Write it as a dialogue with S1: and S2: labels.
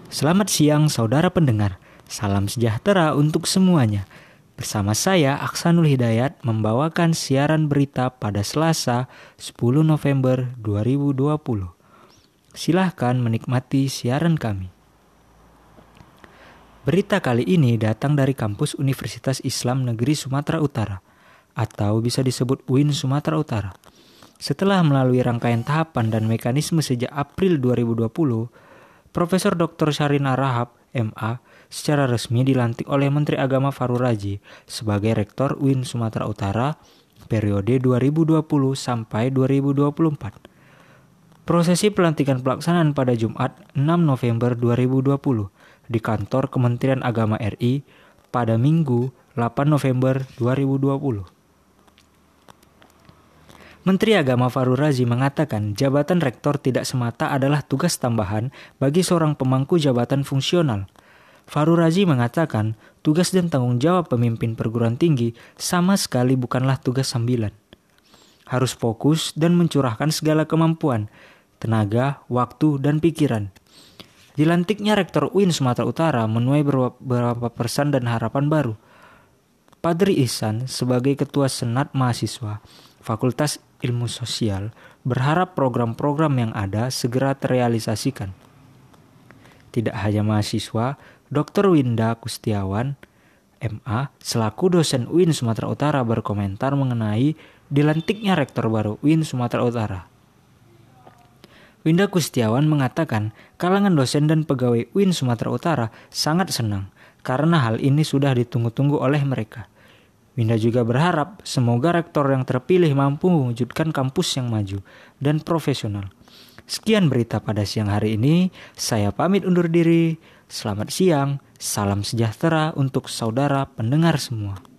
S1: Selamat siang saudara pendengar, salam sejahtera untuk semuanya. Bersama saya Aksanul Hidayat membawakan siaran berita pada Selasa 10 November 2020. Silahkan menikmati siaran kami. Berita kali ini datang dari kampus Universitas Islam Negeri Sumatera Utara atau bisa disebut UIN Sumatera Utara. Setelah melalui rangkaian tahapan dan mekanisme sejak April 2020, Profesor Dr. Syarina Rahab, MA, secara resmi dilantik oleh Menteri Agama Fahrul Razi sebagai Rektor UIN Sumatera Utara periode 2020 sampai 2024. Prosesi pelantikan pelaksanaan pada Jumat 6 November 2020 di kantor Kementerian Agama RI pada Minggu 8 November 2020. Menteri Agama Fahrul Razi mengatakan jabatan rektor tidak semata adalah tugas tambahan bagi seorang pemangku jabatan fungsional. Fahrul Razi mengatakan tugas dan tanggung jawab pemimpin perguruan tinggi sama sekali bukanlah tugas sambilan. Harus fokus dan mencurahkan segala kemampuan, tenaga, waktu, dan pikiran. Dilantiknya Rektor UIN Sumatera Utara menuai beberapa pesan dan harapan baru. Padri Ihsan sebagai Ketua Senat Mahasiswa Fakultas Ilmu Sosial berharap program-program yang ada segera terrealisasikan. Tidak hanya mahasiswa, Dr. Winda Kustiawan, MA, selaku dosen UIN Sumatera Utara berkomentar mengenai dilantiknya rektor baru UIN Sumatera Utara. Winda Kustiawan mengatakan kalangan dosen dan pegawai UIN Sumatera Utara sangat senang karena hal ini sudah ditunggu-tunggu oleh mereka. Winda juga berharap semoga rektor yang terpilih mampu mewujudkan kampus yang maju dan profesional. Sekian berita pada siang hari ini, saya pamit undur diri. Selamat siang, salam sejahtera untuk saudara pendengar semua.